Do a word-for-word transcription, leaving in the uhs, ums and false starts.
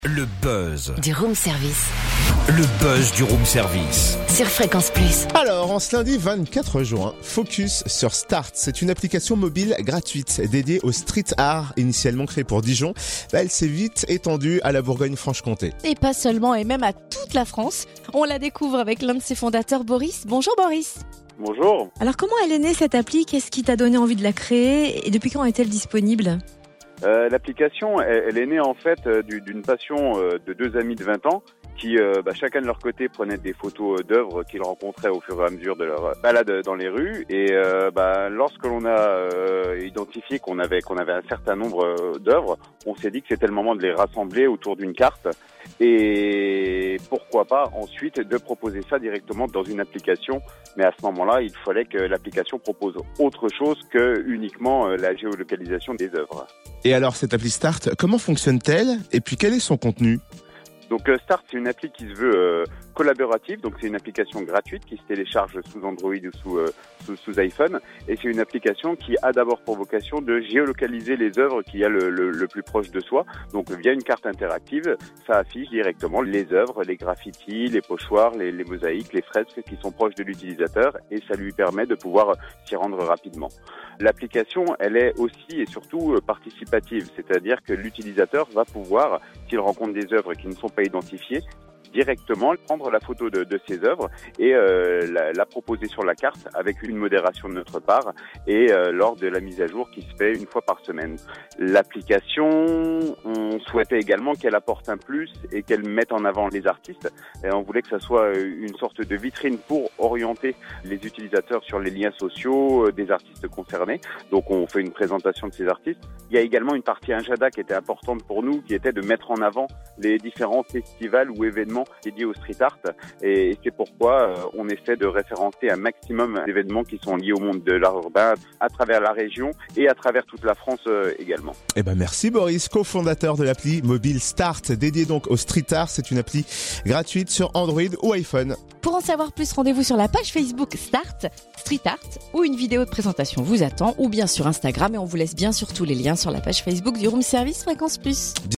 Le buzz du room service Le buzz du room service sur Fréquence Plus. Alors, en ce lundi vingt-quatre juin, focus sur Start. C'est une application mobile gratuite dédiée au street art, initialement créée pour Dijon. Bah, elle s'est vite étendue à la Bourgogne-Franche-Comté. Et pas seulement, et même à toute la France. On la découvre avec l'un de ses fondateurs, Boris. Bonjour Boris. Bonjour. Alors comment elle est née cette appli ? Qu'est-ce qui t'a donné envie de la créer ? Et depuis quand est-elle disponible ? Euh, l'application, elle, elle est née en fait euh, d'une passion euh, de deux amis de vingt ans qui, euh, bah, chacun de leur côté, prenaient des photos euh, d'œuvres qu'ils rencontraient au fur et à mesure de leur balade dans les rues. Et euh, bah, lorsque l'on a euh, identifié qu'on avait qu'on avait un certain nombre euh, d'œuvres, on s'est dit que c'était le moment de les rassembler autour d'une carte. Et pourquoi pas ensuite de proposer ça directement dans une application. Mais à ce moment-là, il fallait que l'application propose autre chose que uniquement euh, la géolocalisation des œuvres. Et alors, cette appli Start, comment fonctionne-t-elle ? Et puis, quel est son contenu ? Donc euh, Start, c'est une appli qui se veut euh, collaborative, donc c'est une application gratuite qui se télécharge sous Android ou sous, euh, sous, sous iPhone, et c'est une application qui a d'abord pour vocation de géolocaliser les œuvres qu'il y a le, le, le plus proche de soi. Donc via une carte interactive, ça affiche directement les œuvres, les graffitis, les pochoirs, les, les mosaïques, les fresques qui sont proches de l'utilisateur, et ça lui permet de pouvoir s'y rendre rapidement. L'application, elle est aussi et surtout participative, c'est-à-dire que l'utilisateur va pouvoir, s'il rencontre des œuvres qui ne sont pas identifiées, directement prendre la photo de, de ces œuvres et euh, la, la proposer sur la carte avec une modération de notre part et euh, lors de la mise à jour qui se fait une fois par semaine. L'application, on souhaitait également qu'elle apporte un plus et qu'elle mette en avant les artistes. Et on voulait que ça soit une sorte de vitrine pour orienter les utilisateurs sur les liens sociaux des artistes concernés. Donc on fait une présentation de ces artistes. Il y a également une partie agenda qui était importante pour nous, qui était de mettre en avant les différents festivals ou événements dédiés au street art, et c'est pourquoi euh, on essaie de référencer un maximum d'événements qui sont liés au monde de l'art urbain à travers la région et à travers toute la France euh, également. Eh ben merci Boris, cofondateur de l'appli mobile Start, dédiée donc au street art. C'est une appli gratuite sur Android ou iPhone. Pour en savoir plus, rendez-vous sur la page Facebook Start, Street Art, où une vidéo de présentation vous attend, ou bien sur Instagram, et on vous laisse bien sûr tous les liens sur la page Facebook du Room Service Fréquence Plus.